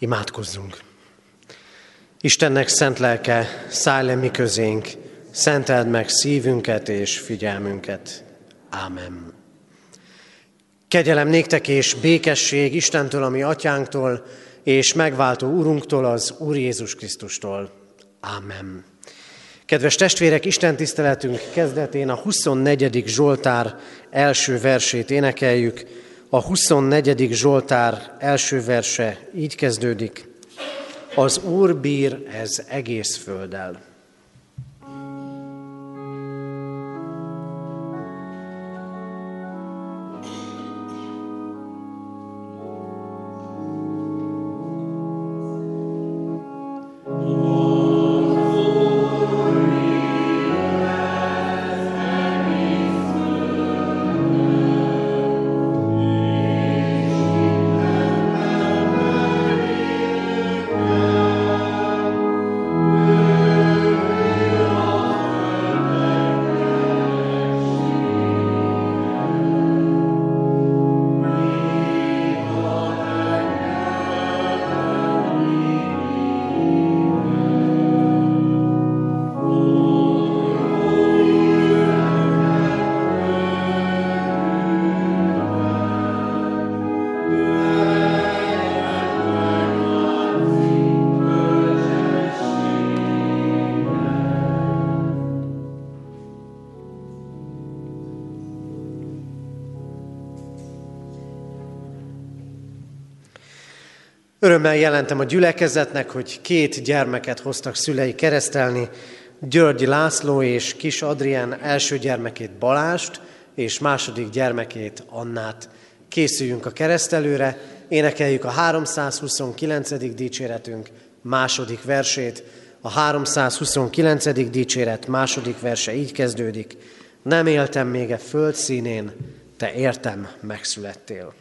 Imádkozzunk! Istennek szent lelke, szállj le mi közénk, szenteld meg szívünket és figyelmünket. Ámen. Kegyelem néktek és békesség Istentől, a mi atyánktól, és megváltó Urunktól, az Úr Jézus Krisztustól. Ámen. Kedves testvérek, Isten tiszteletünk kezdetén a 24. Zsoltár első versét énekeljük. A 24. Zsoltár első verse így kezdődik. Az Úr bír ez egész földdel. Örömmel jelentem a gyülekezetnek, hogy 2 gyermeket hoztak szülei keresztelni, Györgyi László és Kis Adrián első gyermekét Balást, és második gyermekét Annát. Készüljünk a keresztelőre, énekeljük a 329. dicséretünk második versét. A 329. dicséret második verse így kezdődik. Nem éltem még e föld színén, te értem megszülettél.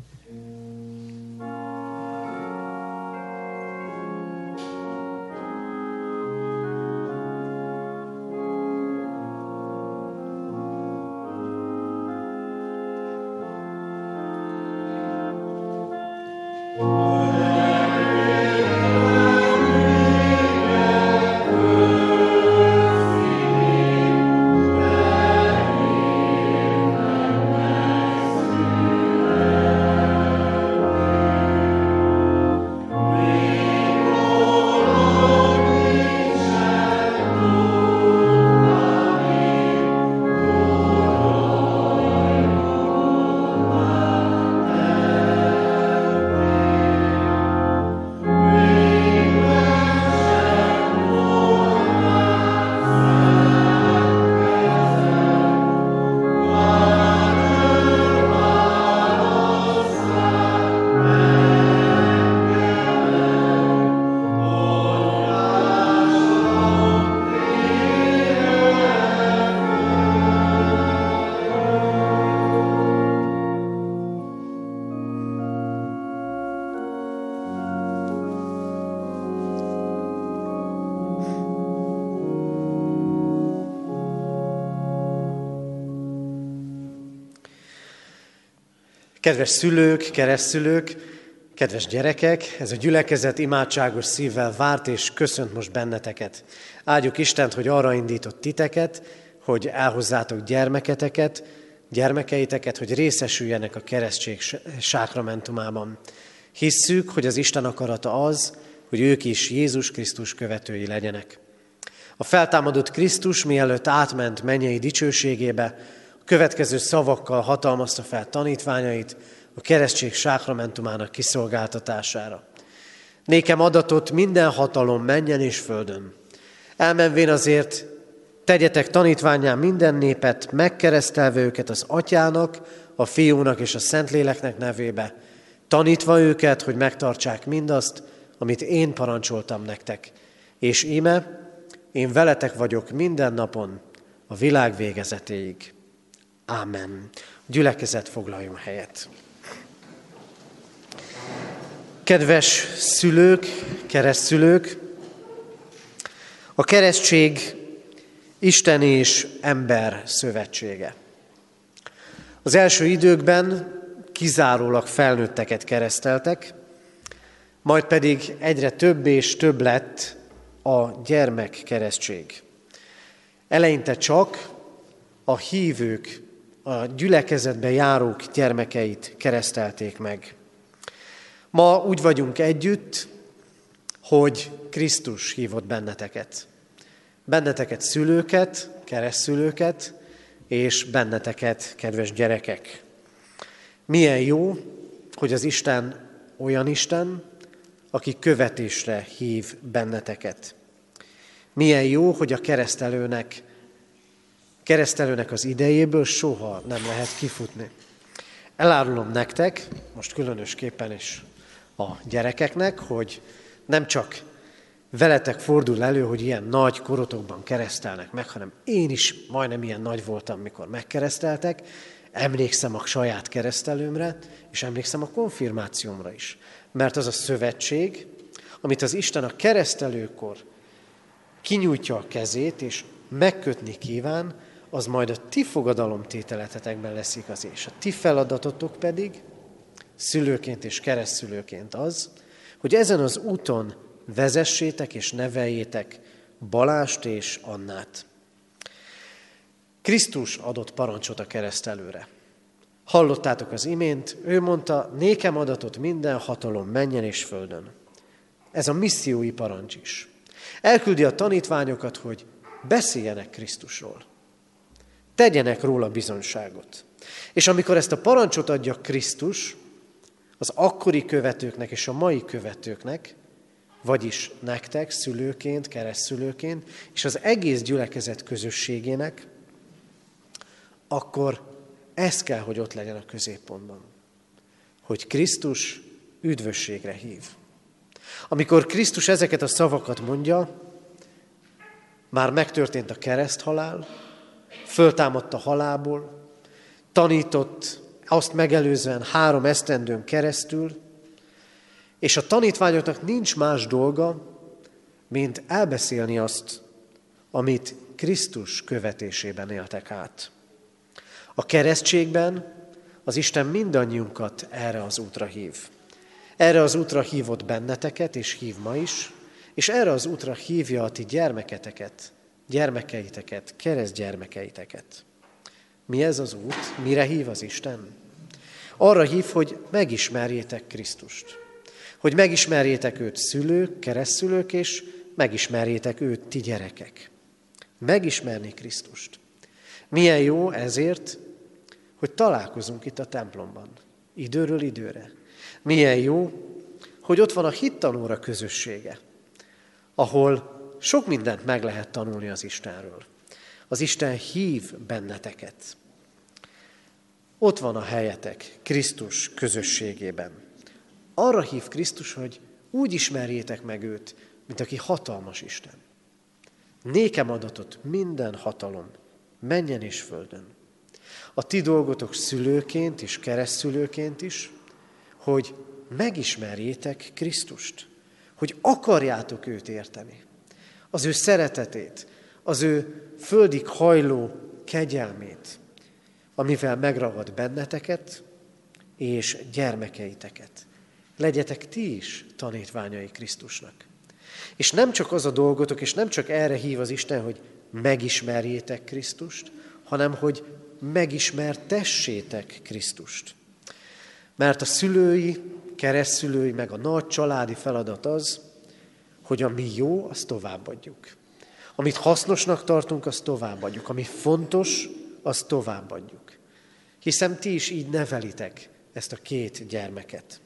Kedves szülők, keresztszülők, kedves gyerekek, ez a gyülekezet imádságos szívvel várt és köszönt most benneteket. Áldjuk Istent, hogy arra indított titeket, hogy elhozzátok gyermekeiteket, hogy részesüljenek a keresztség sákramentumában. Hisszük, hogy az Isten akarata az, hogy ők is Jézus Krisztus követői legyenek. A feltámadott Krisztus mielőtt átment mennyei dicsőségébe, következő szavakkal hatalmazta fel tanítványait a keresztség sákramentumának kiszolgáltatására. Nékem adatott minden hatalom mennyen és földön. Elmenvén azért tegyetek tanítvánnyá minden népet, megkeresztelve őket az Atyának, a Fiúnak és a Szentléleknek nevébe, tanítva őket, hogy megtartsák mindazt, amit én parancsoltam nektek. És íme, én veletek vagyok minden napon, a világ végezetéig. Ámen. Gyülekezet, foglaljon helyet. Kedves szülők, keresztszülők, a keresztség Isten és ember szövetsége. Az első időkben kizárólag felnőtteket kereszteltek, Majd pedig egyre több és több lett a gyermekkeresztség. Eleinte csak a hívők, a gyülekezetbe járók gyermekeit keresztelték meg. Ma úgy vagyunk együtt, hogy Krisztus hívott benneteket. Benneteket szülőket, keresztszülőket, és benneteket, kedves gyerekek. Milyen jó, hogy az Isten olyan Isten, aki követésre hív benneteket. Milyen jó, hogy a keresztelőnek az idejéből soha nem lehet kifutni. Elárulom nektek, most különösképpen is a gyerekeknek, hogy nem csak veletek fordul elő, hogy ilyen nagy korotokban keresztelnek meg, hanem én is majdnem ilyen nagy voltam, mikor megkereszteltek. Emlékszem a saját keresztelőmre, és emlékszem a konfirmációmra is. Mert az a szövetség, amit az Isten a keresztelőkor kinyújtja a kezét, és megkötni kíván, az majd a ti fogadalomtételetetekben lesz igazi. És a ti feladatotok pedig, szülőként és keresztszülőként az, hogy ezen az úton vezessétek és neveljétek Balást és Annát. Krisztus adott parancsot a keresztelőre. Hallottátok az imént, ő mondta, nékem adatot minden hatalom mennyen és földön. Ez a missziói parancs is. Elküldi a tanítványokat, hogy beszéljenek Krisztusról. Tegyenek róla bizonyságot. És amikor ezt a parancsot adja Krisztus, az akkori követőknek és a mai követőknek, vagyis nektek, szülőként, keresztszülőként, és az egész gyülekezet közösségének, akkor ez kell, hogy ott legyen a középpontban. Hogy Krisztus üdvösségre hív. Amikor Krisztus ezeket a szavakat mondja, már megtörtént a kereszthalál, föltámadt a halálból, tanított azt megelőzően 3 esztendőn keresztül, és a tanítványoknak nincs más dolga, mint elbeszélni azt, amit Krisztus követésében éltek át. A keresztségben az Isten mindannyiunkat erre az útra hív. Erre az útra hívott benneteket, és hív ma is, és erre az útra hívja a ti gyermeketeket, gyermekeiteket, keresztgyermekeiteket. Mi ez az út? Mire hív az Isten? Arra hív, hogy megismerjétek Krisztust. Hogy megismerjétek őt szülők, keresztszülők, és megismerjétek őt ti gyerekek. Megismerni Krisztust. Milyen jó ezért, hogy találkozunk itt a templomban, időről időre. Milyen jó, hogy ott van a hittanóra közössége, ahol sok mindent meg lehet tanulni az Istenről. Az Isten hív benneteket. Ott van a helyetek Krisztus közösségében. Arra hív Krisztus, hogy úgy ismerjétek meg őt, mint aki hatalmas Isten. Nékem adatot minden hatalom, mennyen és földön. A ti dolgotok szülőként és keresztszülőként is, hogy megismerjétek Krisztust, hogy akarjátok őt érteni. Az ő szeretetét, az ő földig hajló kegyelmét, amivel megragad benneteket és gyermekeiteket. Legyetek ti is tanítványai Krisztusnak. És nem csak az a dolgotok, és nem csak erre hív az Isten, hogy megismerjétek Krisztust, hanem hogy megismertessétek Krisztust. Mert a szülői, keresztszülői, meg a nagy családi feladat az, hogy ami jó, azt továbbadjuk. Amit hasznosnak tartunk, azt továbbadjuk. Ami fontos, azt továbbadjuk. Hiszen ti is így nevelitek ezt a 2 gyermeket.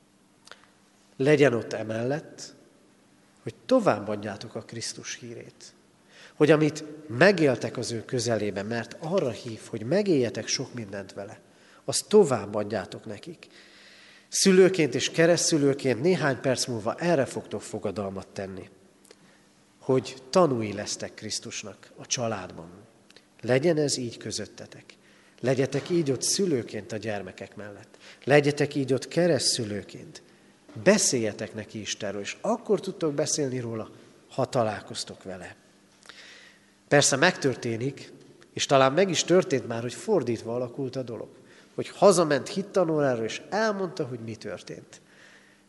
Legyen ott emellett, hogy továbbadjátok a Krisztus hírét. Hogy amit megéltek az ő közelében, mert arra hív, hogy megéljetek sok mindent vele, azt továbbadjátok nekik. Szülőként és keresztszülőként néhány perc múlva erre fogtok fogadalmat tenni, hogy tanúi lesztek Krisztusnak a családban. Legyen ez így közöttetek. Legyetek így ott szülőként a gyermekek mellett. Legyetek így ott keresztszülőként. Beszéljetek neki Istenről, és akkor tudtok beszélni róla, ha találkoztok vele. Persze megtörténik, és talán meg is történt már, hogy fordítva alakult a dolog. Hogy hazament hittanóráról, és elmondta, hogy mi történt.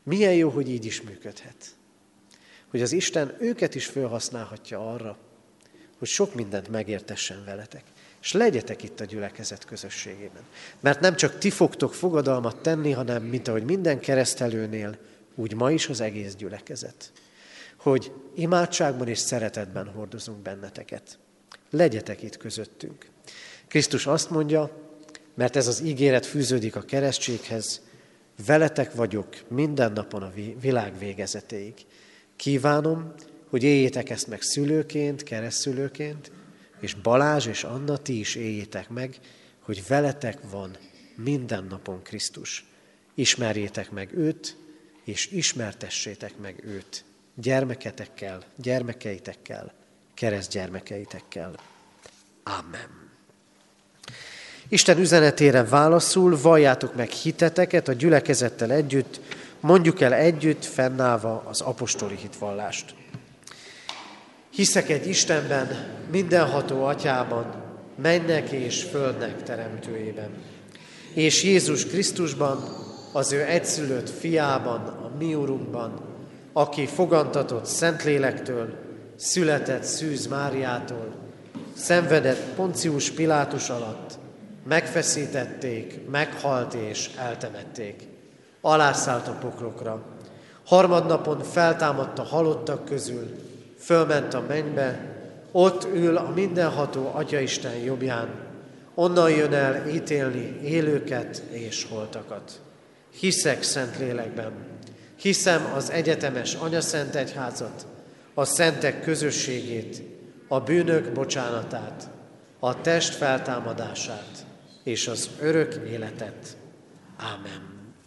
Milyen jó, hogy így is működhet. Hogy az Isten őket is felhasználhatja arra, hogy sok mindent megértessen veletek. És legyetek itt a gyülekezet közösségében. Mert nem csak ti fogtok fogadalmat tenni, hanem mint ahogy minden keresztelőnél, úgy ma is az egész gyülekezet. Hogy imádságban és szeretetben hordozunk benneteket. Legyetek itt közöttünk. Krisztus azt mondja, mert ez az ígéret fűződik a keresztséghez, veletek vagyok minden napon a világ végezetéig. Kívánom, hogy éljétek ezt meg szülőként, keresztszülőként, és Balázs és Anna, ti is éljétek meg, hogy veletek van minden napon Krisztus. Ismerjétek meg őt, és ismertessétek meg őt gyermeketekkel, gyermekeitekkel, keresztgyermekeitekkel. Amen. Isten üzenetére válaszul valljátok meg hiteteket a gyülekezettel együtt, mondjuk el együtt, fennállva az apostoli hitvallást. Hiszek egy Istenben, mindenható Atyában, mennek és földnek teremtőjében, és Jézus Krisztusban, az ő egyszülött fiában, a mi Urunkban, aki fogantatott Szentlélektől, született Szűz Máriától, szenvedett Poncius Pilátus alatt, megfeszítették, meghalt és eltemették. Alászállt a poklokra. Harmadnapon feltámadt a halottak közül, fölment a mennybe, ott ül a mindenható Atyaisten jobbján, onnan jön el ítélni élőket és holtakat. Hiszek Szentlélekben, hiszem az egyetemes Anyaszent Egyházat, a szentek közösségét, a bűnök bocsánatát, a test feltámadását és az örök életet. Ámen.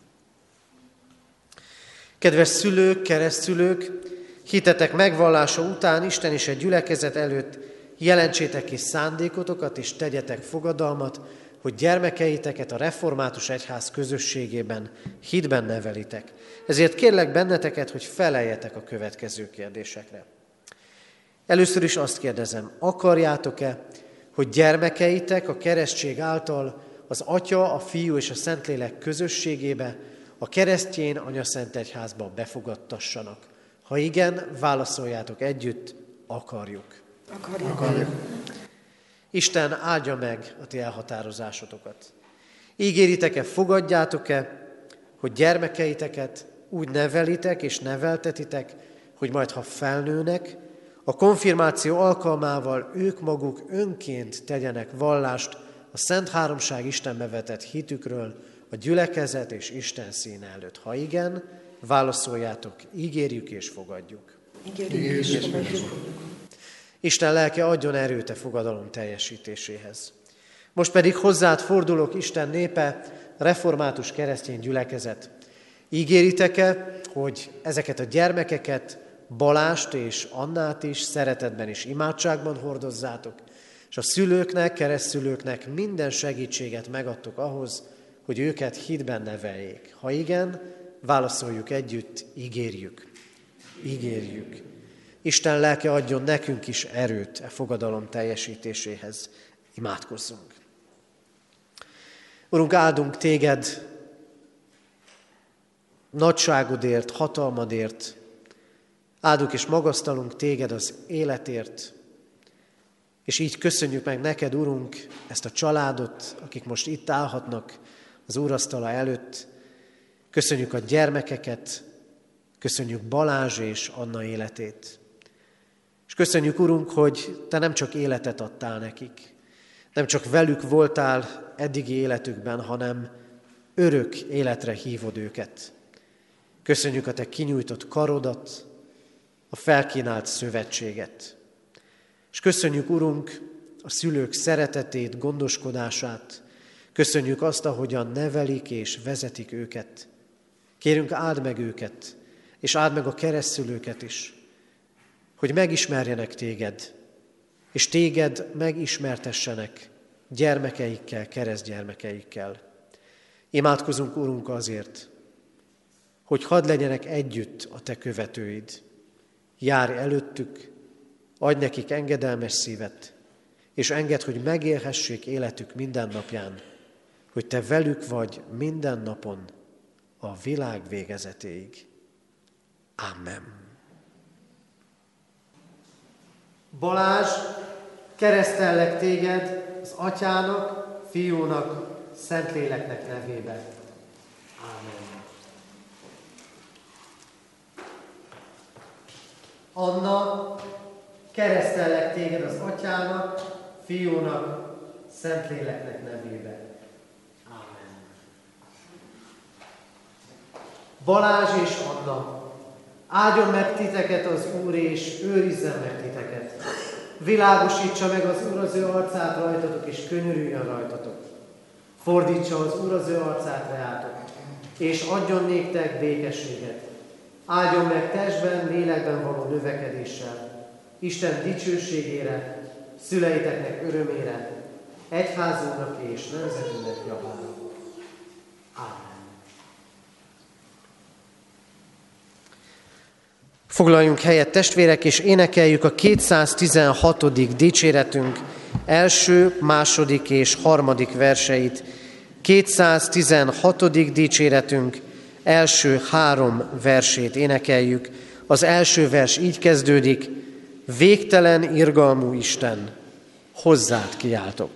Kedves szülők, keresztszülők, hitetek megvallása után Isten és egy gyülekezet előtt jelentsétek ki szándékotokat és tegyetek fogadalmat, hogy gyermekeiteket a református egyház közösségében, hitben nevelitek. Ezért kérlek benneteket, hogy feleljetek a következő kérdésekre. Először is azt kérdezem, akarjátok-e, hogy gyermekeitek a keresztség által az Atya, a Fiú és a Szentlélek közösségébe, a keresztjén Anyaszent Egyházba befogadtassanak? Ha igen, válaszoljátok együtt, akarjuk. Akarjuk. Isten áldja meg a ti elhatározásotokat. Ígéritek-e, fogadjátok-e, hogy gyermekeiteket úgy nevelitek és neveltetitek, hogy majd ha felnőnek, a konfirmáció alkalmával ők maguk önként tegyenek vallást a Szent Háromság Istenbe vetett hitükről a gyülekezet és Isten színe előtt. Ha igen, válaszoljátok, ígérjük és fogadjuk. Ígérjük és fogadjuk. Isten lelke adjon erőt a fogadalom teljesítéséhez. Most pedig hozzád fordulok, Isten népe, református keresztény gyülekezet. Ígéritek-e, hogy ezeket a gyermekeket, Balást és Annát is szeretetben és imádságban hordozzátok, és a szülőknek, keresztszülőknek minden segítséget megadtok ahhoz, hogy őket hitben neveljék. Ha igen, válaszoljuk együtt, ígérjük. Ígérjük. Isten lelke adjon nekünk is erőt e fogadalom teljesítéséhez. Imádkozzunk. Urunk, áldunk téged nagyságodért, hatalmadért, áldunk és magasztalunk téged az életért, és így köszönjük meg neked, Urunk, ezt a családot, akik most itt állhatnak az úrasztala előtt. Köszönjük a gyermekeket, köszönjük Balázs és Anna életét. És köszönjük, Urunk, hogy te nem csak életet adtál nekik, nem csak velük voltál eddigi életükben, hanem örök életre hívod őket. Köszönjük a te kinyújtott karodat, a felkínált szövetséget. És köszönjük, Urunk, a szülők szeretetét, gondoskodását. Köszönjük azt, ahogyan nevelik és vezetik őket. Kérünk, áld meg őket, és áld meg a keresztszülőket is, hogy megismerjenek téged, és téged megismertessenek gyermekeikkel, keresztgyermekeikkel. Imádkozunk, Urunk, azért, hogy hadd legyenek együtt a te követőid. Járj előttük, adj nekik engedelmes szívet, és engedd, hogy megélhessék életük minden napján, hogy te velük vagy minden napon a világ végezetéig. Amen. Balázs, keresztellek téged az Atyának, Fiúnak, Szentléleknek nevében. Amen. Anna, keresztellek téged az Atyának, Fiúnak, Szentléleknek nevében. Amen. Balázs és Anna, áldjon meg titeket az Úr, és őrizzen meg titeket. Világosítsa meg az Úr az ő arcát rajtatok, és könyörüljön rajtatok. Fordítsa az Úr az ő arcát reátok, és adjon néktek békességet. Áldjon meg testben, lélekben való növekedéssel, Isten dicsőségére, szüleiteknek örömére, egyházunknak és nemzetünknek javára. Ámen. Foglaljunk helyet, testvérek, és énekeljük a 216. dicséretünk első, második és harmadik verseit. 216. dicséretünk első 3 versét énekeljük. Az első vers így kezdődik: végtelen irgalmú Isten, hozzád kiáltok.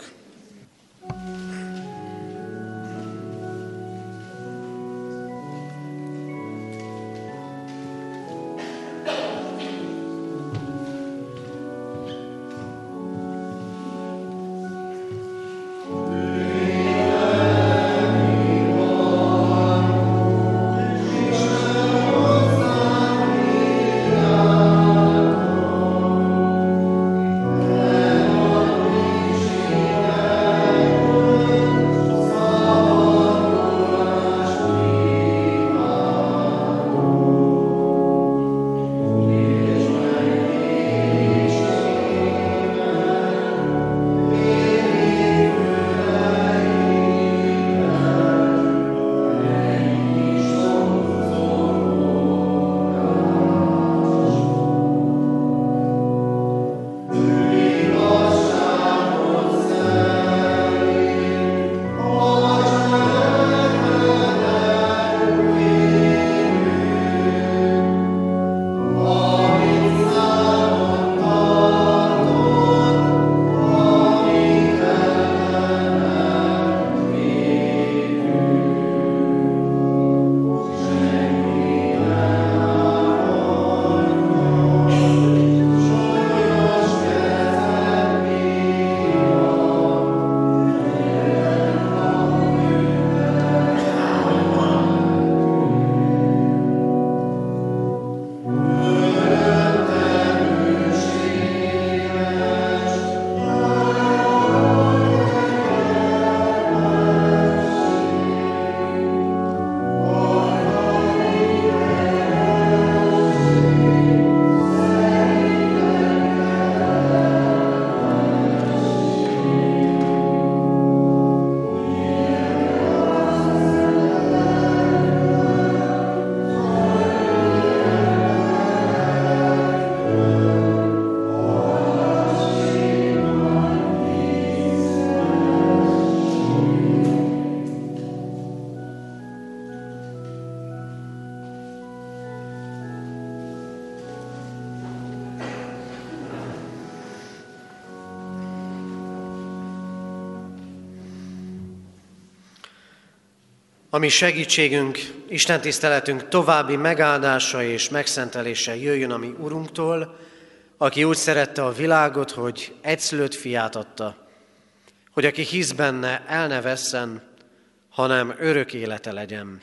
A mi segítségünk, Isten tiszteletünk további megáldása és megszentelése jöjjön a mi Urunktól, aki úgy szerette a világot, hogy egyszülött fiát adta, hogy aki hisz benne, el ne vesszen, hanem örök élete legyen.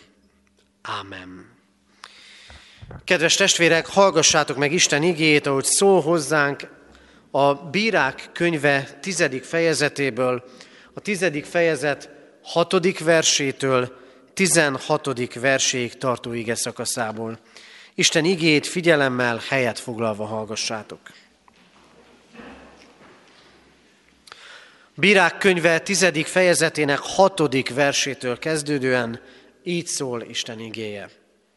Ámen. Kedves testvérek, hallgassátok meg Isten igéjét, ahogy szól hozzánk a Bírák könyve 10. fejezetéből, a 10. fejezet 6. versétől 16. verséig tartó ige szakaszából. Isten igéjét figyelemmel, helyet foglalva hallgassátok. Bírák könyve 10. fejezetének 6. versétől kezdődően így szól Isten igéje.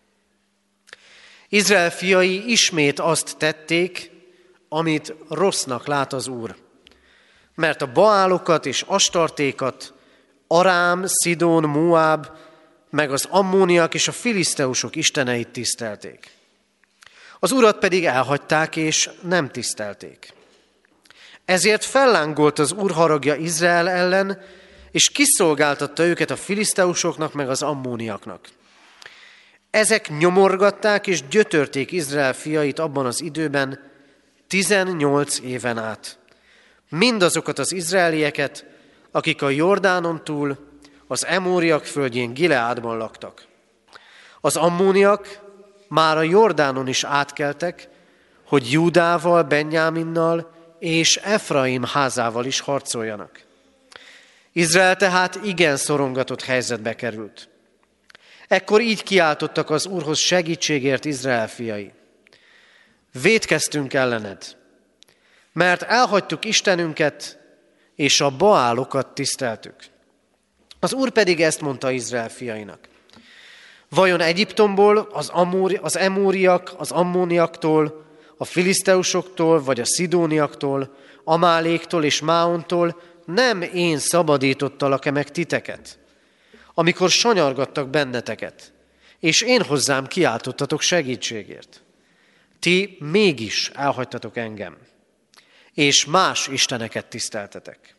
Izrael fiai ismét azt tették, amit rossznak lát az Úr, mert a Baálokat és Astartékat, Arám, Szidón, Moáb, meg az ammóniak és a filiszteusok isteneit tisztelték. Az Urat pedig elhagyták és nem tisztelték. Ezért fellángolt az Úr haragja Izrael ellen, és kiszolgáltatta őket a filiszteusoknak meg az ammóniaknak. Ezek nyomorgatták és gyötörték Izrael fiait abban az időben 18 éven át. Mindazokat az izraelieket, akik a Jordánon túl, az Emóriak földjén Gileádban laktak. Az ammóniak már a Jordánon is átkeltek, hogy Júdával, Benjáminnal és Efraim házával is harcoljanak. Izrael tehát igen szorongatott helyzetbe került. Ekkor így kiáltottak az Úrhoz segítségért Izrael fiai. Vétkeztünk ellened, mert elhagytuk Istenünket, és a Baálokat tiszteltük. Az Úr pedig ezt mondta Izrael fiainak. Vajon Egyiptomból, az Emóriak, az Ammóniaktól, a filiszteusoktól, vagy a szidóniaktól, Amáléktól és Máontól nem én szabadítottalak-e meg titeket, amikor sanyargattak benneteket, és én hozzám kiáltottatok segítségért? Ti mégis elhagytatok engem, és más isteneket tiszteltetek.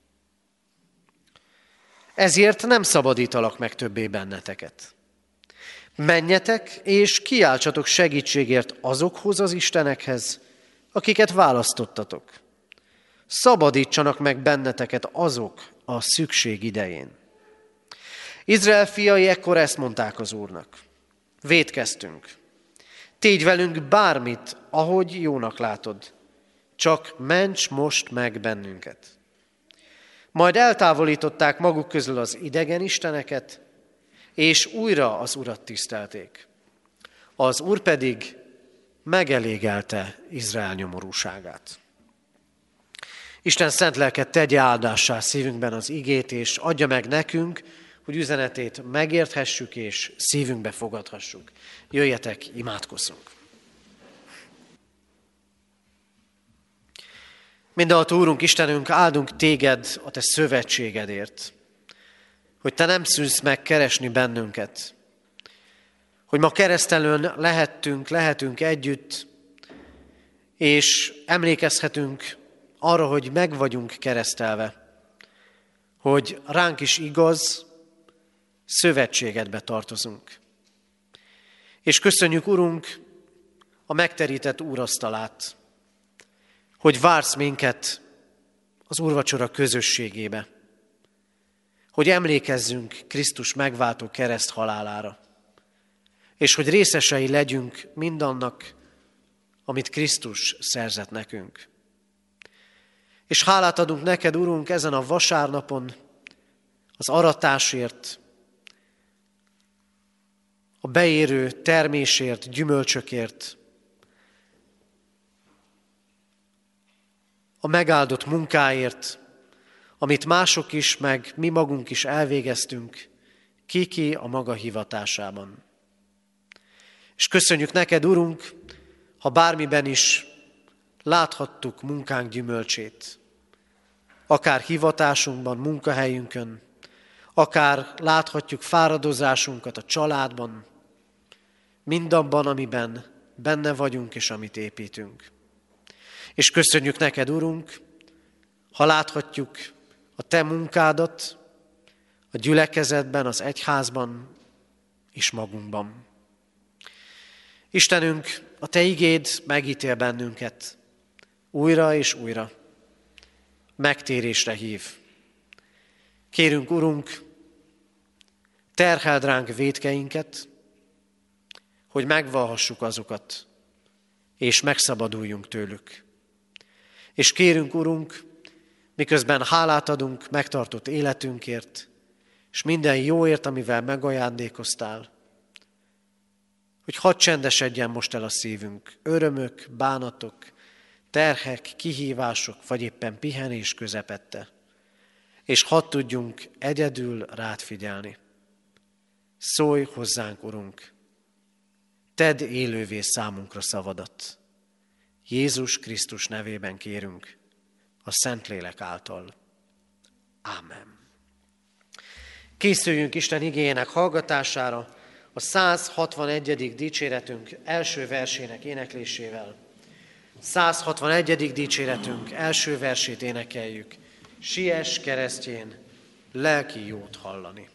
Ezért nem szabadítalak meg többé benneteket. Menjetek, és kiáltsatok segítségért azokhoz az istenekhez, akiket választottatok. Szabadítsanak meg benneteket azok a szükség idején. Izrael fiai ekkor ezt mondták az Úrnak. Vétkeztünk. Tégy velünk bármit, ahogy jónak látod. Csak ments most meg bennünket. Majd eltávolították maguk közül az idegen isteneket, és újra az Urat tisztelték. Az Úr pedig megelégelte Izrael nyomorúságát. Isten szent lelke tegye áldássá szívünkben az igét, és adja meg nekünk, hogy üzenetét megérthessük és szívünkbe fogadhassuk. Jöjjetek, imádkozzunk! Mindenható Úrunk, Istenünk, áldunk téged a te szövetségedért, hogy te nem szűnsz meg keresni bennünket, hogy ma keresztelőn lehetünk együtt, és emlékezhetünk arra, hogy meg vagyunk keresztelve, hogy ránk is igaz, szövetségedbe tartozunk. És köszönjük, Urunk, a megterített úrasztalát, hogy vársz minket az úrvacsora közösségébe, hogy emlékezzünk Krisztus megváltó kereszt halálára, és hogy részesei legyünk mindannak, amit Krisztus szerzett nekünk. És hálát adunk neked, Urunk, ezen a vasárnapon az aratásért, a beérő termésért, gyümölcsökért, a megáldott munkáért, amit mások is, meg mi magunk is elvégeztünk, ki a maga hivatásában. És köszönjük neked, Urunk, ha bármiben is láthattuk munkánk gyümölcsét, akár hivatásunkban, munkahelyünkön, akár láthatjuk fáradozásunkat a családban, mindabban, amiben benne vagyunk és amit építünk. És köszönjük neked, Urunk, ha láthatjuk a te munkádat a gyülekezetben, az egyházban és magunkban. Istenünk, a te igéd megítél bennünket újra és újra. Megtérésre hív. Kérünk, Urunk, terheld ránk vétkeinket, hogy megvallhassuk azokat, és megszabaduljunk tőlük. És kérünk, Urunk, miközben hálát adunk megtartott életünkért, és minden jóért, amivel megajándékoztál, hogy hadd csendesedjen most el a szívünk, örömök, bánatok, terhek, kihívások, vagy éppen pihenés közepette, és hadd tudjunk egyedül rád figyelni. Szólj hozzánk, Urunk, tedd élővé számunkra szavadat. Jézus Krisztus nevében kérünk, a Szentlélek által. Ámen. Készüljünk Isten igéjének hallgatására, a 161. dicséretünk első versének éneklésével. 161. dicséretünk első versét énekeljük. Siess keresztjén, lelki jót hallani.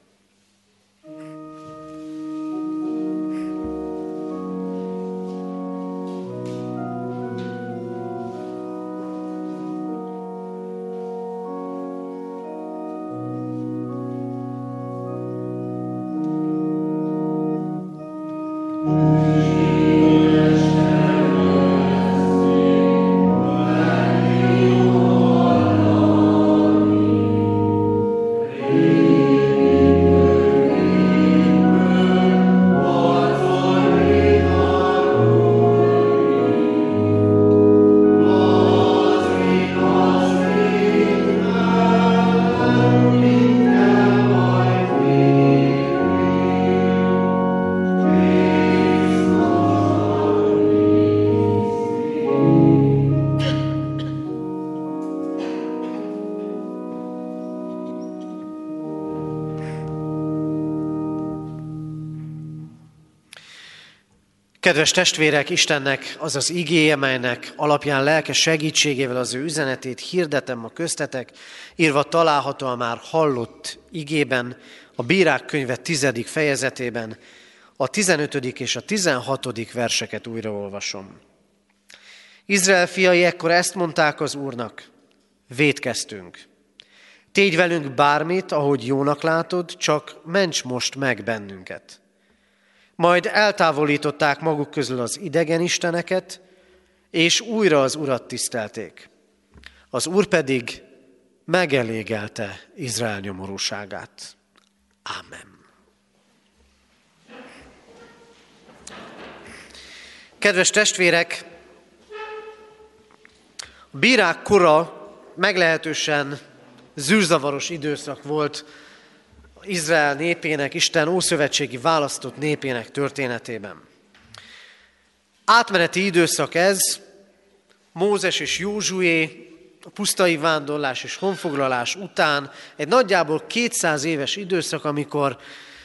Kedves testvérek, Istennek az az igéje, melynek alapján lelke segítségével az ő üzenetét hirdetem ma köztetek, írva található a már hallott igében, a Bírák könyve 10. fejezetében, a 15. és a 16. verseket újraolvasom. Izrael fiai ekkor ezt mondták az Úrnak: vétkeztünk. Tégy velünk bármit, ahogy jónak látod, csak ments most meg bennünket. Majd eltávolították maguk közül az idegen isteneket, és újra az Urat tisztelték. Az Úr pedig megelégelte Izrael nyomorúságát. Ámen. Kedves testvérek, a bírák kora meglehetősen zűrzavaros időszak volt Izrael népének, Isten ószövetségi választott népének történetében. Átmeneti időszak ez, Mózes és Józsué, a pusztai vándorlás és honfoglalás után egy nagyjából 200 éves időszak, amikor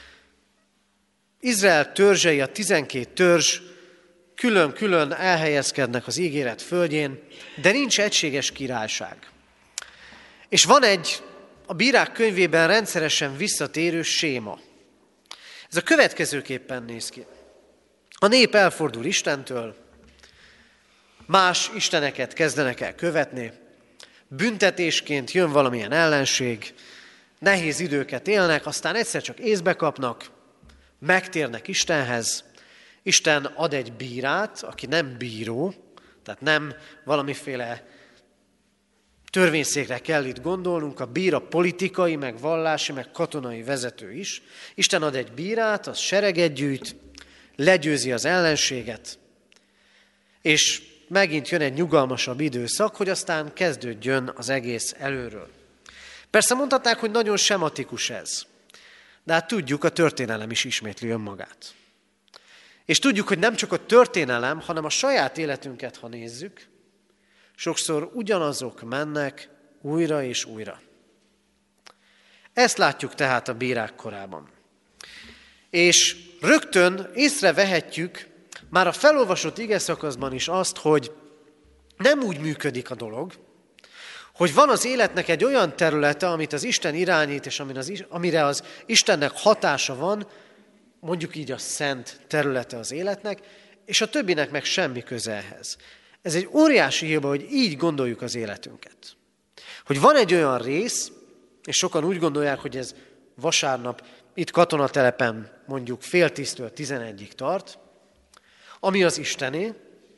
Izrael törzsei, a 12 törzs külön-külön elhelyezkednek az ígéret földjén, de nincs egységes királyság. És van egy a Bírák könyvében rendszeresen visszatérő séma. Ez a következőképpen néz ki. A nép elfordul Istentől, más isteneket kezdenek el követni, büntetésként jön valamilyen ellenség, nehéz időket élnek, aztán egyszer csak észbe kapnak, megtérnek Istenhez, Isten ad egy bírát, aki nem bíró, tehát nem valamiféle törvényszékre kell itt gondolnunk, a bíra politikai, meg vallási, meg katonai vezető is. Isten ad egy bírát, az sereget gyűjt, legyőzi az ellenséget, és megint jön egy nyugalmasabb időszak, hogy aztán kezdődjön az egész előről. Persze mondhatnák, hogy nagyon sematikus ez, de hát tudjuk, a történelem is ismétli önmagát. És tudjuk, hogy nem csak a történelem, hanem a saját életünket, ha nézzük, sokszor ugyanazok mennek újra és újra. Ezt látjuk tehát a bírák korában. És rögtön észrevehetjük már a felolvasott igeszakaszban is azt, hogy nem úgy működik a dolog, hogy van az életnek egy olyan területe, amit az Isten irányít, és amire az Istennek hatása van, mondjuk így a szent területe az életnek, és a többinek meg semmi köze ehhez. Ez egy óriási hiba, hogy így gondoljuk az életünket. Hogy van egy olyan rész, és sokan úgy gondolják, hogy ez vasárnap itt katonatelepen mondjuk 9:30-től 11-ig tart, ami az Istené,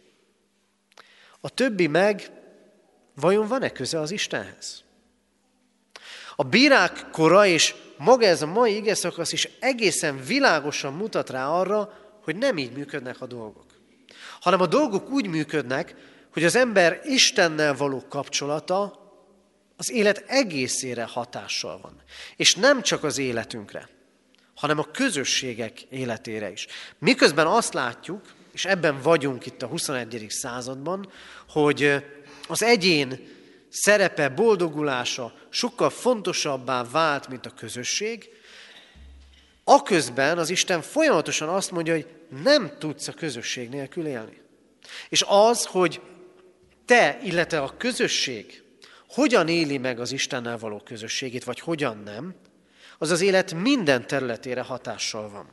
a többi meg vajon van-e köze az Istenhez? A bírák kora és maga ez a mai igeszakasz is egészen világosan mutat rá arra, hogy nem így működnek a dolgok. Hanem a dolgok úgy működnek, hogy az ember Istennel való kapcsolata az élet egészére hatással van. És nem csak az életünkre, hanem a közösségek életére is. Miközben azt látjuk, és ebben vagyunk itt a 21. században, hogy az egyén szerepe, boldogulása sokkal fontosabbá vált, mint a közösség, aközben az Isten folyamatosan azt mondja, hogy nem tudsz a közösség nélkül élni. És az, hogy te, illetve a közösség hogyan éli meg az Istennel való közösségét, vagy hogyan nem, az az élet minden területére hatással van.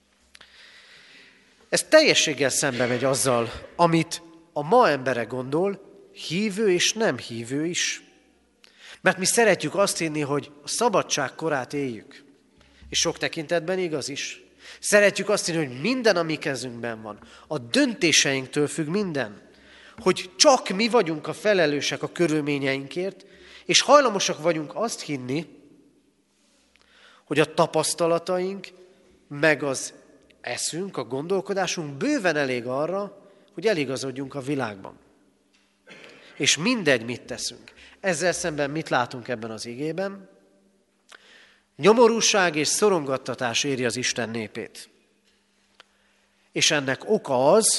Ez teljességgel szembe megy azzal, amit a ma embere gondol, hívő és nem hívő is. Mert mi szeretjük azt hinni, hogy a szabadság korát éljük. És sok tekintetben igaz is. Szeretjük azt hinni, hogy minden a mi kezünkben van. A döntéseinktől függ minden. Hogy csak mi vagyunk a felelősek a körülményeinkért, és hajlamosak vagyunk azt hinni, hogy a tapasztalataink, meg az eszünk, a gondolkodásunk bőven elég arra, hogy eligazodjunk a világban. És mindegy, mit teszünk. Ezzel szemben mit látunk ebben az igében? Nyomorúság és szorongattatás éri az Isten népét. És ennek oka az,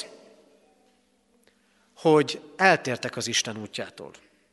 hogy eltértek az Isten útjától.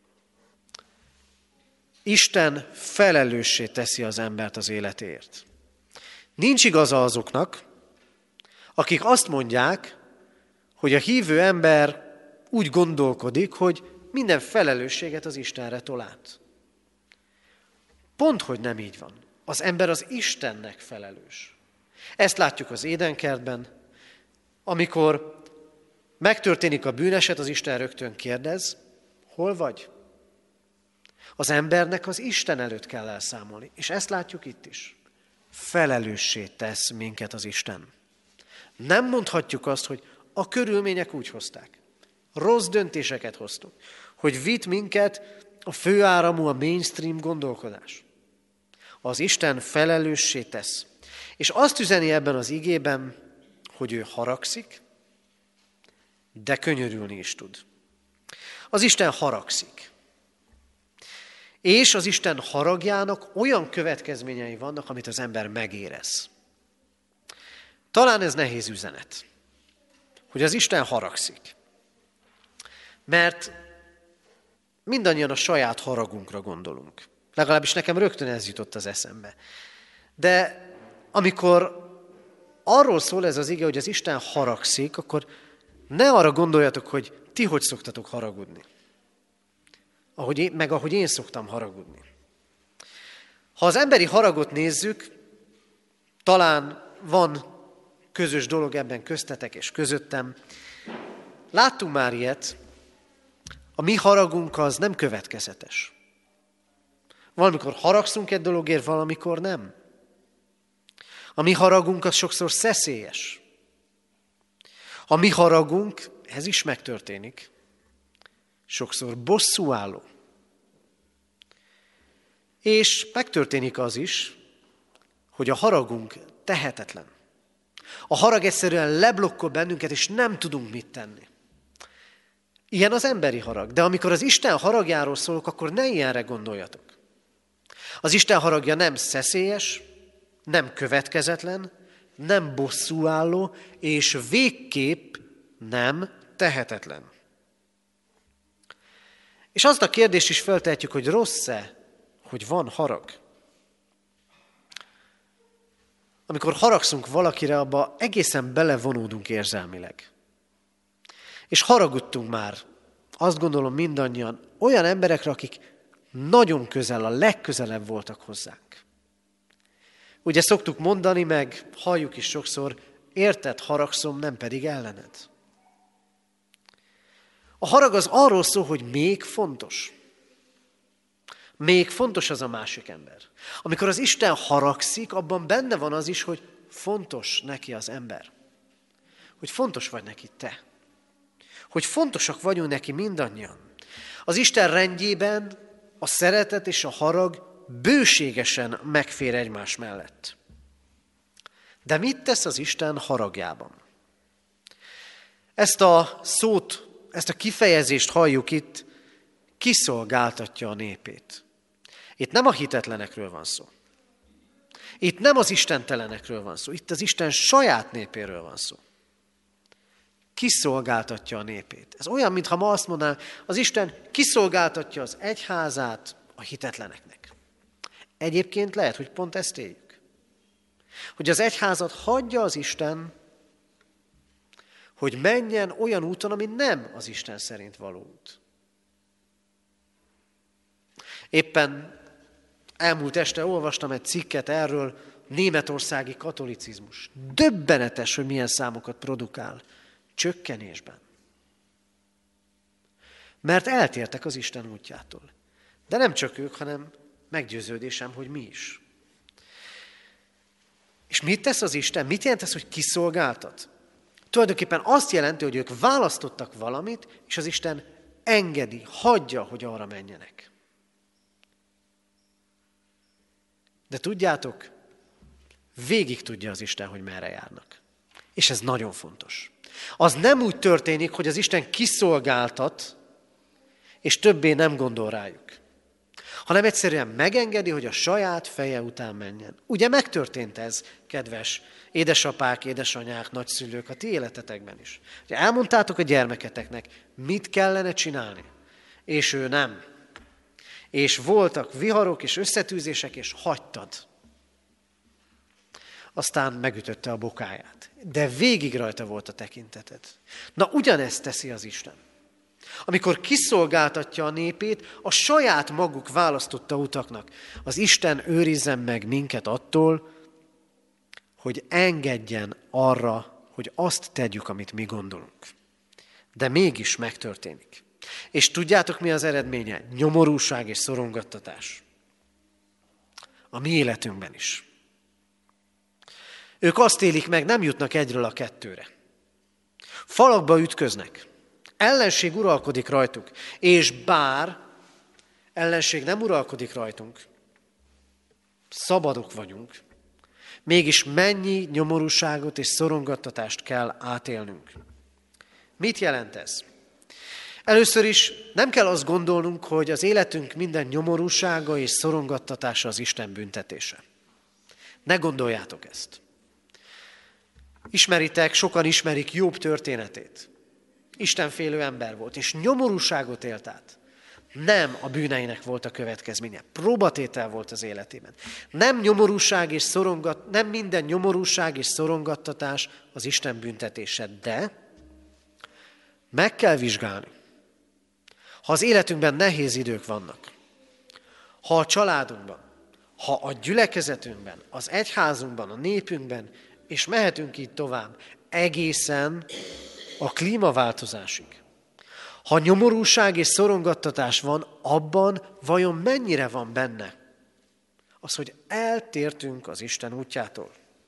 Isten felelőssé teszi az embert az életéért. Nincs igaza azoknak, akik azt mondják, hogy a hívő ember úgy gondolkodik, hogy minden felelősséget az Istenre tol át. Pont, hogy nem így van. Az ember az Istennek felelős. Ezt látjuk az Édenkertben, amikor megtörténik a bűneset, az Isten rögtön kérdez, hol vagy? Az embernek az Isten előtt kell elszámolni. És ezt látjuk itt is. Felelőssé tesz minket az Isten. Nem mondhatjuk azt, hogy a körülmények úgy hozták. Rossz döntéseket hoztuk, hogy vitt minket a főáramú, a mainstream gondolkodás. Az Isten felelőssé tesz. És azt üzeni ebben az igében, hogy ő haragszik, de könyörülni is tud. Az Isten haragszik. És az Isten haragjának olyan következményei vannak, amit az ember megérez. Talán ez nehéz üzenet, hogy az Isten haragszik. Mert mindannyian a saját haragunkra gondolunk. Legalábbis nekem rögtön ez jutott az eszembe. De amikor arról szól ez az ige, hogy az Isten haragszik, akkor ne arra gondoljatok, hogy ti hogy szoktatok haragudni. Ahogy én szoktam haragudni. Ha az emberi haragot nézzük, talán van közös dolog ebben köztetek és közöttem. Láttunk már ilyet, a mi haragunk az nem következetes. Valamikor haragszunk egy dologért, valamikor nem. A mi haragunk az sokszor szeszélyes. A mi haragunk, ez is megtörténik, sokszor bosszúálló. És megtörténik az is, hogy a haragunk tehetetlen. A harag egyszerűen leblokkol bennünket, és nem tudunk mit tenni. Ilyen az emberi harag. De amikor az Isten haragjáról szólok, akkor ne ilyenre gondoljatok. Az Isten haragja nem szeszélyes, nem következetlen, nem bosszúálló, és végképp nem tehetetlen. És azt a kérdést is feltehetjük, hogy rossz-e, hogy van harag. Amikor haragszunk valakire, abba egészen belevonódunk érzelmileg. És haragudtunk már, azt gondolom mindannyian, olyan emberekre, akik nagyon közel, a legközelebb voltak hozzánk. Ugye szoktuk mondani, meg halljuk is sokszor, érted haragszom, nem pedig ellened. A harag az arról szól, hogy még fontos. Még fontos az a másik ember. Amikor az Isten haragszik, abban benne van az is, hogy fontos neki az ember. Hogy fontos vagy neki te. Hogy fontosak vagyunk neki mindannyian. Az Isten rendjében a szeretet és a harag bőségesen megfér egymás mellett. De mit tesz az Isten haragjában? Ezt a szót, ezt a kifejezést halljuk itt, kiszolgáltatja a népét. Itt nem a hitetlenekről van szó. Itt nem az istentelenekről van szó. Itt az Isten saját népéről van szó. Kiszolgáltatja a népét. Ez olyan, mintha ma azt mondanánk, az Isten kiszolgáltatja az egyházát a hitetleneknek. Egyébként lehet, hogy pont ezt éljük. Hogy az egyházat hagyja az Isten, hogy menjen olyan úton, ami nem az Isten szerint való út. Éppen elmúlt este olvastam egy cikket erről, németországi katolicizmus. Döbbenetes, hogy milyen számokat produkál. Csökkenésben. Mert eltértek az Isten útjától. De nem csak ők, hanem meggyőződésem, hogy mi is. És mit tesz az Isten? Mit jelent ez, hogy kiszolgáltat? Tulajdonképpen azt jelenti, hogy ők választottak valamit, és az Isten engedi, hagyja, hogy arra menjenek. De tudjátok, végig tudja az Isten, hogy merre járnak. És ez nagyon fontos. Az nem úgy történik, hogy az Isten kiszolgáltat, és többé nem gondol rájuk. Hanem egyszerűen megengedi, hogy a saját feje után menjen. Ugye megtörtént ez, kedves édesapák, édesanyák, nagyszülők, a ti életetekben is. Ugye elmondtátok a gyermeketeknek, mit kellene csinálni, és ő nem. És voltak viharok és összetűzések, és hagytad. Aztán megütötte a bokáját. De végig rajta volt a tekinteted. Na, ugyanezt teszi az Isten. Amikor kiszolgáltatja a népét a saját maguk választotta utaknak, az Isten őrizzen meg minket attól, hogy engedjen arra, hogy azt tegyük, amit mi gondolunk. De mégis megtörténik. És tudjátok, mi az eredménye? Nyomorúság és szorongattatás. A mi életünkben is. Ők azt élik meg, nem jutnak egyről a kettőre. Falakba ütköznek. Ellenség uralkodik rajtuk. És bár ellenség nem uralkodik rajtunk, szabadok vagyunk, mégis mennyi nyomorúságot és szorongattatást kell átélnünk. Mit jelent ez? Először is nem kell azt gondolnunk, hogy az életünk minden nyomorúsága és szorongattatása az Isten büntetése. Ne gondoljátok ezt. Sokan ismerik Jobb történetét. Istenfélő ember volt, és nyomorúságot élt át. Nem a bűneinek volt a következménye. Próbatétel volt az életében. Nem minden nyomorúság és szorongattatás az Isten büntetése, de meg kell vizsgálni. Ha az életünkben nehéz idők vannak, ha a családunkban, ha a gyülekezetünkben, az egyházunkban, a népünkben, és mehetünk így tovább, egészen a klímaváltozásig. Ha nyomorúság és szorongattatás van, abban vajon mennyire van benne az, hogy eltértünk az Isten útjától?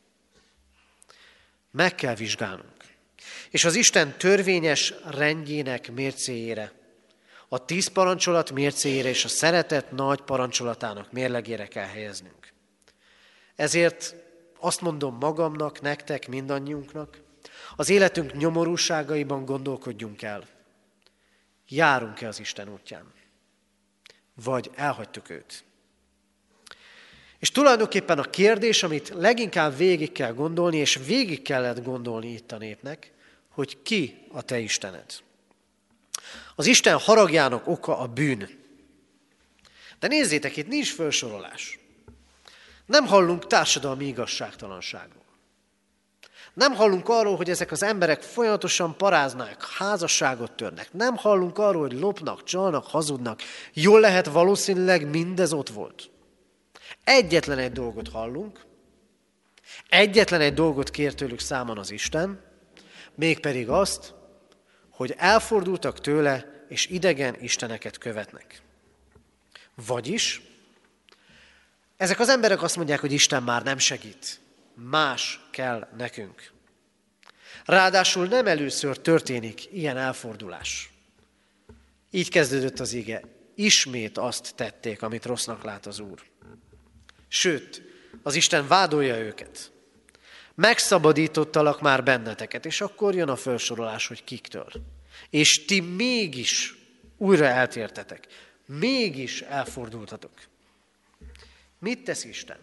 Meg kell vizsgálnunk. És az Isten törvényes rendjének mércéjére, a 10 parancsolat mércéjére és a szeretet nagy parancsolatának mérlegére kell helyeznünk. Ezért azt mondom magamnak, nektek, mindannyiunknak, az életünk nyomorúságaiban gondolkodjunk el. Járunk-e az Isten útján? Vagy elhagytuk őt? És tulajdonképpen a kérdés, amit leginkább végig kell gondolni, és végig kellett gondolni itt a népnek, hogy ki a te Istened. Az Isten haragjának oka a bűn. De nézzétek, itt nincs felsorolás. Nem hallunk társadalmi igazságtalanságról. Nem hallunk arról, hogy ezek az emberek folyamatosan paráznak, házasságot törnek. Nem hallunk arról, hogy lopnak, csalnak, hazudnak. Jól lehet, valószínűleg mindez ott volt. Egyetlen egy dolgot hallunk, egyetlen egy dolgot kér tőlük számon az Isten, mégpedig azt, hogy elfordultak tőle, és idegen isteneket követnek. Vagyis ezek az emberek azt mondják, hogy Isten már nem segít. Más kell nekünk. Ráadásul nem először történik ilyen elfordulás. Így kezdődött az ige. Ismét azt tették, amit rossznak lát az Úr. Sőt, az Isten vádolja őket. Megszabadítottalak már benneteket, és akkor jön a felsorolás, hogy kiktől. És ti mégis újra eltértetek. Mégis elfordultatok. Mit tesz Isten?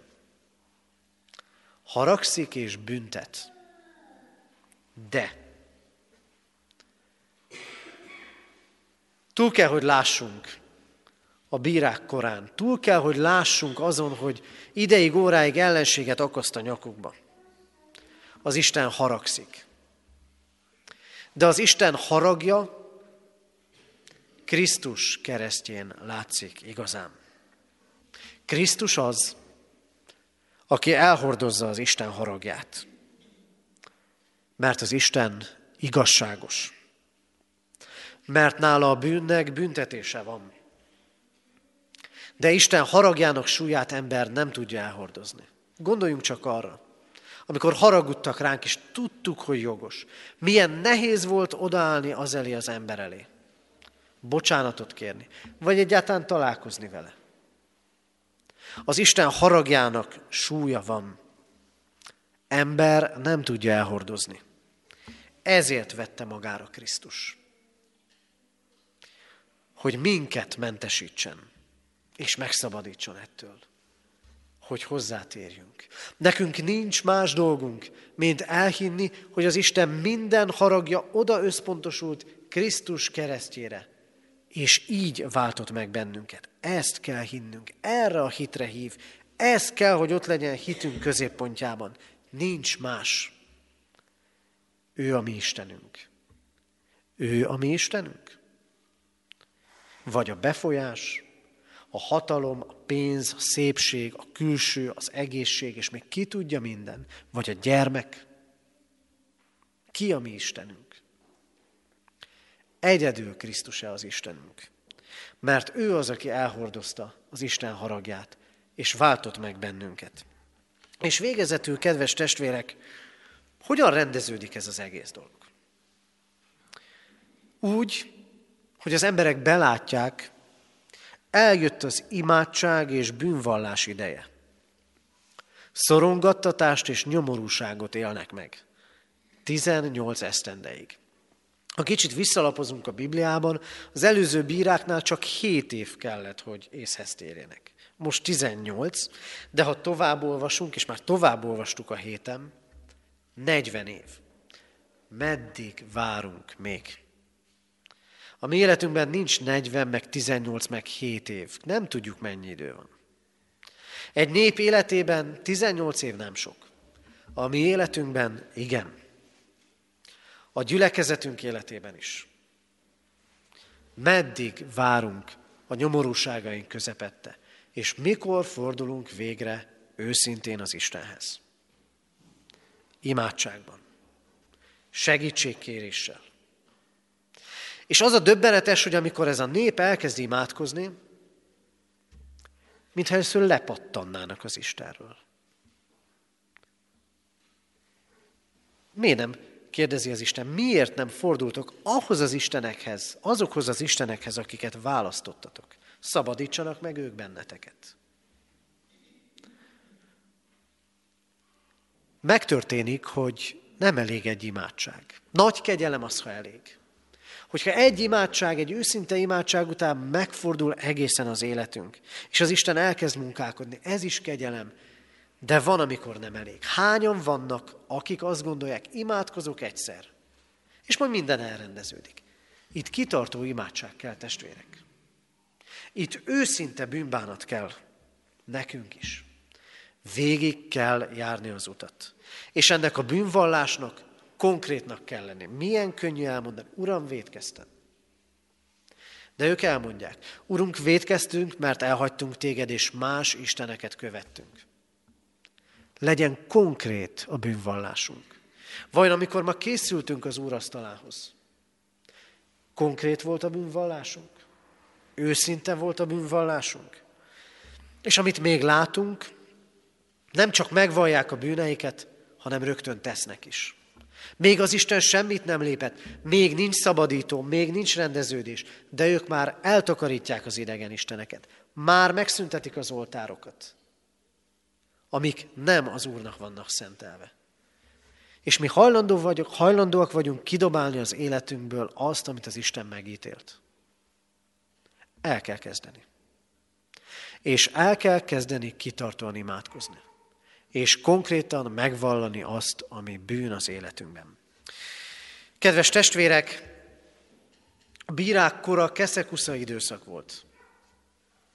Haragszik és büntet. De túl kell, hogy lássunk a bírák korán. Túl kell, hogy lássunk azon, hogy ideig, óráig ellenséget akaszt a nyakukba. Az Isten haragszik. De az Isten haragja Krisztus keresztjén látszik igazán. Krisztus az, aki elhordozza az Isten haragját. Mert az Isten igazságos. Mert nála a bűnnek büntetése van. De Isten haragjának súlyát ember nem tudja elhordozni. Gondoljunk csak arra, amikor haragudtak ránk, és tudtuk, hogy jogos. Milyen nehéz volt odaállni az elé az ember elé. Bocsánatot kérni, vagy egyáltalán találkozni vele. Az Isten haragjának súlya van. Ember nem tudja elhordozni. Ezért vette magára Krisztus. Hogy minket mentesítsen, és megszabadítson ettől. Hogy hozzátérjünk. Nekünk nincs más dolgunk, mint elhinni, hogy az Isten minden haragja oda összpontosult Krisztus keresztjére, és így váltott meg bennünket. Ezt kell hinnünk, erre a hitre hív, ez kell, hogy ott legyen hitünk középpontjában. Nincs más. Ő a mi Istenünk. Ő a mi Istenünk? Vagy a befolyás, a hatalom, a pénz, a szépség, a külső, az egészség, és még ki tudja minden, vagy a gyermek. Ki a mi Istenünk? Egyedül Krisztus-e az Istenünk. Mert ő az, aki elhordozta az Isten haragját, és váltott meg bennünket. És végezetül, kedves testvérek, hogyan rendeződik ez az egész dolog? Úgy, hogy az emberek belátják, eljött az imádság és bűnvallás ideje. Szorongattatást és nyomorúságot élnek meg. 18 esztendeig. Ha kicsit visszalapozunk a Bibliában, az előző bíráknál csak 7 év kellett, hogy észhez térjenek. Most 18, de ha tovább olvasunk, és már tovább olvastuk a héten, 40 év. Meddig várunk még? A mi életünkben nincs 40, meg 18, meg 7 év. Nem tudjuk, mennyi idő van. Egy nép életében 18 év nem sok. A mi életünkben igen. A gyülekezetünk életében is. Meddig várunk a nyomorúságaink közepette, és mikor fordulunk végre őszintén az Istenhez? Imádságban. Segítségkéréssel. És az a döbbenetes, hogy amikor ez a nép elkezd imádkozni, mintha először lepattannának az Istenről. Miért nem? Kérdezi az Isten, miért nem fordultok ahhoz az istenekhez, azokhoz az istenekhez, akiket választottatok? Szabadítsanak meg ők benneteket. Megtörténik, hogy nem elég egy imádság. Nagy kegyelem az, ha elég. Hogyha egy imádság, egy őszinte imádság után megfordul egészen az életünk, és az Isten elkezd munkálkodni, ez is kegyelem, de van, amikor nem elég. Hányan vannak, akik azt gondolják, imádkozok egyszer, és majd minden elrendeződik. Itt kitartó imádság kell, testvérek. Itt őszinte bűnbánat kell nekünk is. Végig kell járni az utat. És ennek a bűnvallásnak konkrétnak kell lenni. Milyen könnyű elmondani, Uram, vétkeztem. De ők elmondják, Urunk, vétkeztünk, mert elhagytunk téged, és más isteneket követtünk. Legyen konkrét a bűnvallásunk. Vajon amikor ma készültünk az úrasztalához, konkrét volt a bűnvallásunk? Őszinte volt a bűnvallásunk? És amit még látunk, nem csak megvallják a bűneiket, hanem rögtön tesznek is. Még az Isten semmit nem lépett, még nincs szabadító, még nincs rendeződés, de ők már eltakarítják az idegen isteneket. Már megszüntetik az oltárokat, amik nem az Úrnak vannak szentelve. És mi hajlandóak vagyunk kidobálni az életünkből azt, amit az Isten megítélt. El kell kezdeni. És el kell kezdeni kitartóan imádkozni. És konkrétan megvallani azt, ami bűn az életünkben. Kedves testvérek, a bírák kora keszekusza időszak volt.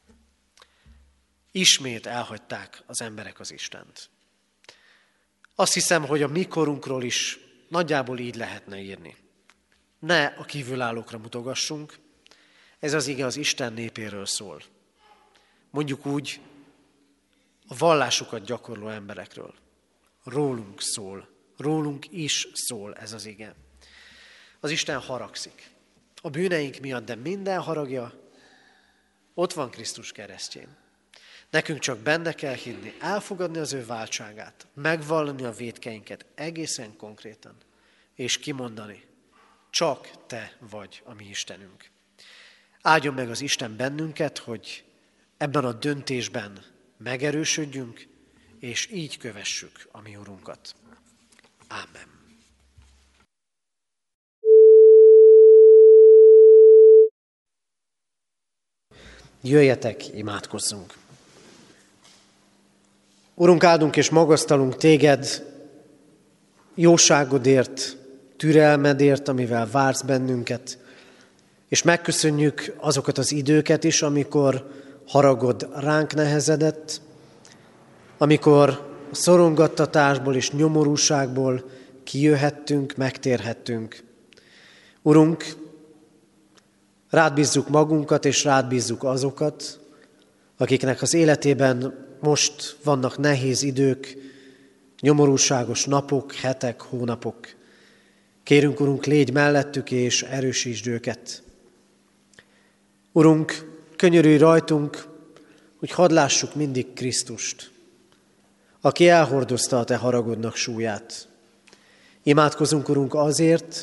ismét elhagyták az emberek az Istent. Azt hiszem, hogy a mi korunkról is nagyjából így lehetne írni. Ne a kívülállókra mutogassunk, ez az ige az Isten népéről szól. Mondjuk úgy, a vallásukat gyakorló emberekről. Rólunk szól, rólunk is szól ez az ige. Az Isten haragszik a bűneink miatt, de minden haragja ott van Krisztus keresztjén. Nekünk csak benne kell hinni, elfogadni az ő váltságát, megvallani a vétkeinket egészen konkrétan, és kimondani, csak te vagy a mi Istenünk. Áldjon meg az Isten bennünket, hogy ebben a döntésben megerősödjünk, és így kövessük a mi Urunkat. Ámen. Jöjjetek, imádkozzunk! Urunk, áldunk és magasztalunk téged jóságodért, türelmedért, amivel vársz bennünket, és megköszönjük azokat az időket is, amikor haragod ránk nehezedett, amikor a szorongattatásból és nyomorúságból kijöhettünk, megtérhettünk. Urunk, rád bízzuk magunkat, és rád bízzuk azokat, akiknek az életében most vannak nehéz idők, nyomorúságos napok, hetek, hónapok. Kérünk, Urunk, légy mellettük, és erősítsd őket. Urunk, könyörülj rajtunk, hogy hadd lássuk mindig Krisztust, aki elhordozta a te haragodnak súlyát. Imádkozunk, Urunk, azért,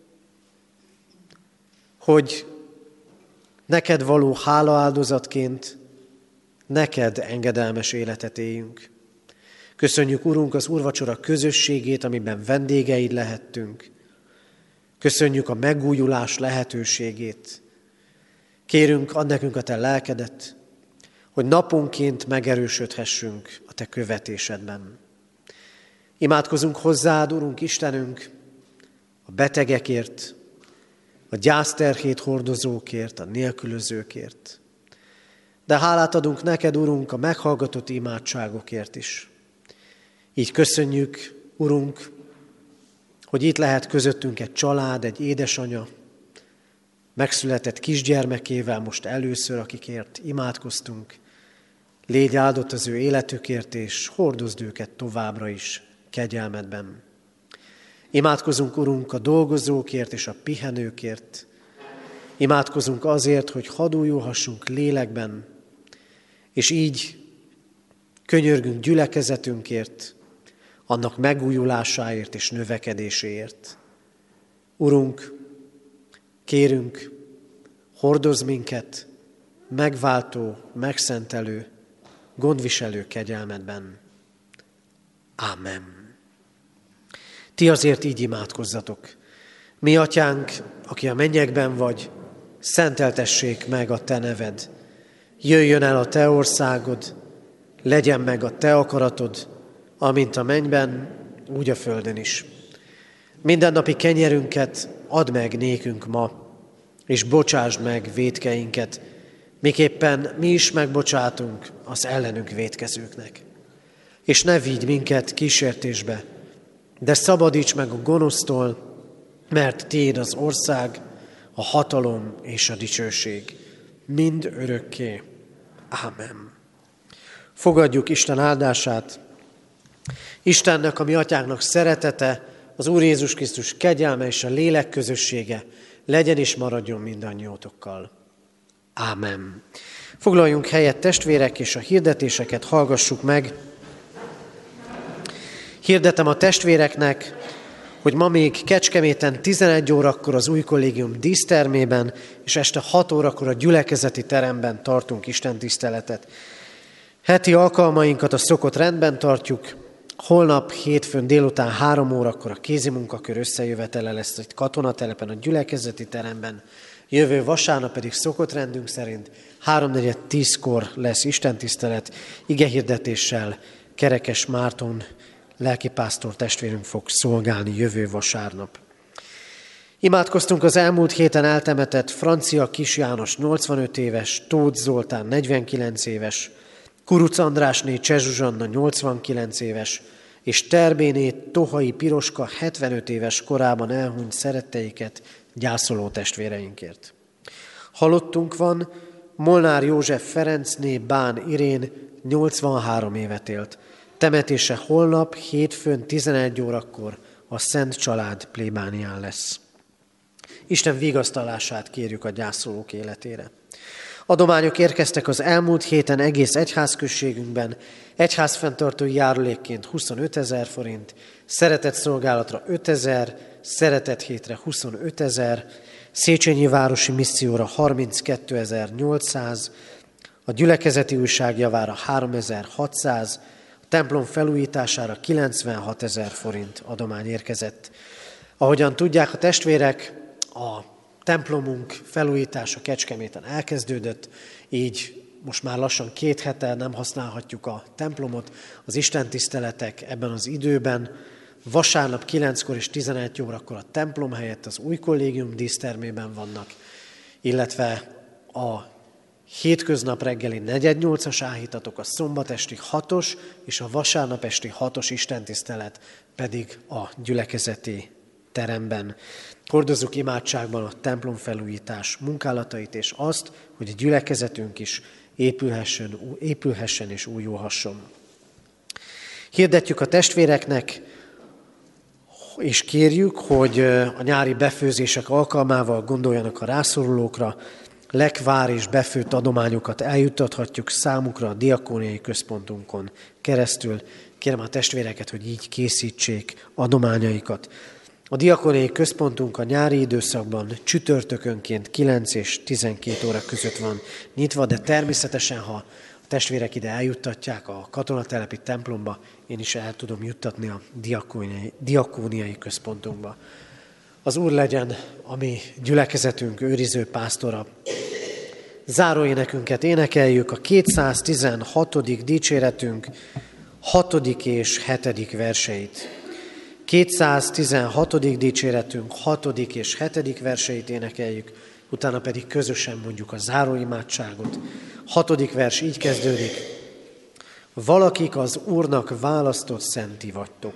hogy neked való hálaáldozatként neked engedelmes életet éljünk. Köszönjük, Urunk, az úrvacsora közösségét, amiben vendégeid lehettünk. Köszönjük a megújulás lehetőségét. Kérünk, add nekünk a te lelkedet, hogy naponként megerősödhessünk a te követésedben. Imádkozunk hozzád, Urunk Istenünk, a betegekért, a gyászterhét hordozókért, a nélkülözőkért. De hálát adunk neked, Urunk, a meghallgatott imádságokért is. Így köszönjük, Urunk, hogy itt lehet közöttünk egy család, egy édesanya, megszületett kisgyermekével most először, akikért imádkoztunk. Légy áldott az ő életükért, és hordozd őket továbbra is kegyelmedben. Imádkozunk, Urunk, a dolgozókért és a pihenőkért. Imádkozunk azért, hogy hadújulhassunk lélekben, és így könyörgünk gyülekezetünkért, annak megújulásáért és növekedéséért. Urunk, kérünk, hordozz minket, megváltó, megszentelő, gondviselő kegyelmedben. Ámen. Ti azért így imádkozzatok. Mi, Atyánk, aki a mennyekben vagy, szenteltessék meg a te neved. Jöjjön el a te országod, legyen meg a te akaratod, amint a mennyben, úgy a földön is. Mindennapi kenyerünket add meg nékünk ma, és bocsásd meg vétkeinket, miképpen mi is megbocsátunk az ellenünk vétkezőknek. És ne vigy minket kísértésbe, de szabadíts meg a gonosztól, mert tiéd az ország, a hatalom és a dicsőség, mind örökké. Ámen. Fogadjuk Isten áldását. Istennek, a mi atyánknak szeretete, az Úr Jézus Krisztus kegyelme és a lélek közössége legyen és maradjon mindannyiótokkal. Ámen. Foglaljunk helyet, testvérek, és a hirdetéseket hallgassuk meg. Hirdetem a testvéreknek, hogy ma még Kecskeméten 11 órakor az új kollégium dísztermében, és este 6 órakor a gyülekezeti teremben tartunk istentiszteletet. Heti alkalmainkat a szokott rendben tartjuk. Holnap hétfőn délután 3 órakor a kézimunkakör összejövetele lesz egy katonatelepen a gyülekezeti teremben. Jövő vasárnap pedig szokott rendünk szerint 3:4-10-kor lesz istentisztelet, igehirdetéssel Kerekes Márton lelkipásztor testvérünk fog szolgálni jövő vasárnap. Imádkoztunk az elmúlt héten eltemetett Francia Kis János 85 éves, Tóth Zoltán 49 éves, Kuruc Andrásné Cseh Zsuzsanna 89 éves, és Terbéné Tohai Piroska 75 éves korában elhunyt szeretteiket gyászoló testvéreinkért. Halottunk van, Molnár József Ferencné Bán Irén 83 évet élt. Temetése holnap, hétfőn 11 órakor a Szent Család plébánián lesz. Isten vigasztalását kérjük a gyászolók életére. Adományok érkeztek az elmúlt héten egész egyházközségünkben, egyházfenntartói járulékként 25 000 forint, szeretetszolgálatra 5 000, szeretet hétre 25 000, Széchenyi városi misszióra 32 800, a gyülekezeti újság javára 3600, a templom felújítására 96 000 forint adomány érkezett. Ahogyan tudják a testvérek, a templomunk felújítása Kecskeméten elkezdődött, így most már lassan 2 hete nem használhatjuk a templomot. Az istentiszteletek ebben az időben vasárnap 9-kor és 11 órakor a templom helyett az új kollégium dísztermében vannak, illetve a hétköznap reggeli 4:08-as áhítatok, a szombat esti 6-os és a vasárnap esti 6-os istentisztelet pedig a gyülekezeti teremben. Hordozzuk imádságban a templom felújítás munkálatait, és azt, hogy a gyülekezetünk is épülhessen és újulhasson. Hirdetjük a testvéreknek, és kérjük, hogy a nyári befőzések alkalmával gondoljanak a rászorulókra, lekvár és befőtt adományokat eljuttathatjuk számukra a diakóniai központunkon keresztül. Kérem a testvéreket, hogy így készítsék adományaikat. A diakóniai központunk a nyári időszakban csütörtökönként 9 és 12 óra között van nyitva, de természetesen, ha a testvérek ide eljuttatják a katonatelepi templomba, én is el tudom juttatni a diakóniai központunkba. Az Úr legyen a mi gyülekezetünk őriző pásztora. Záróénekünket énekeljük, a 216. dicséretünk 6. és 7. verseit. 216. dicséretünk 6. és 7. verseit énekeljük, utána pedig közösen mondjuk a záróimádságot. 6. vers így kezdődik: valakik az Úrnak választott szenti vagytok.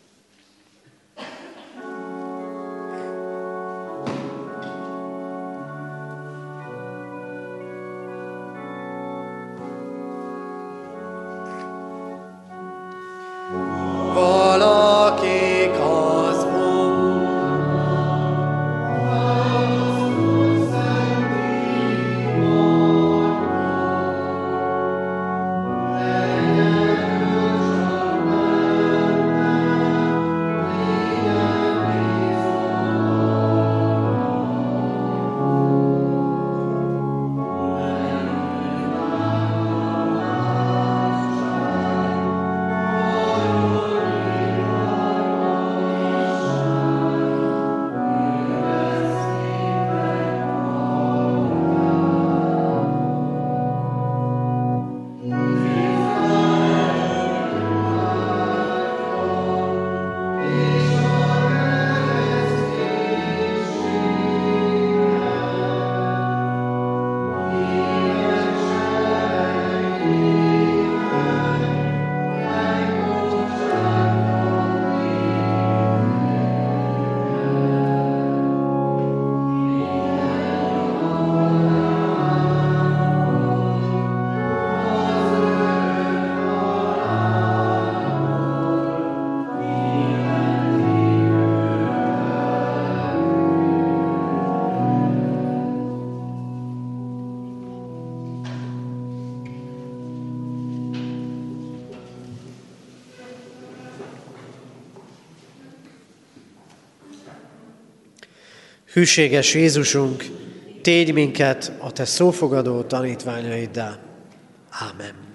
Hűséges Jézusunk, tégy minket a Te szófogadó tanítványaiddá. Ámen.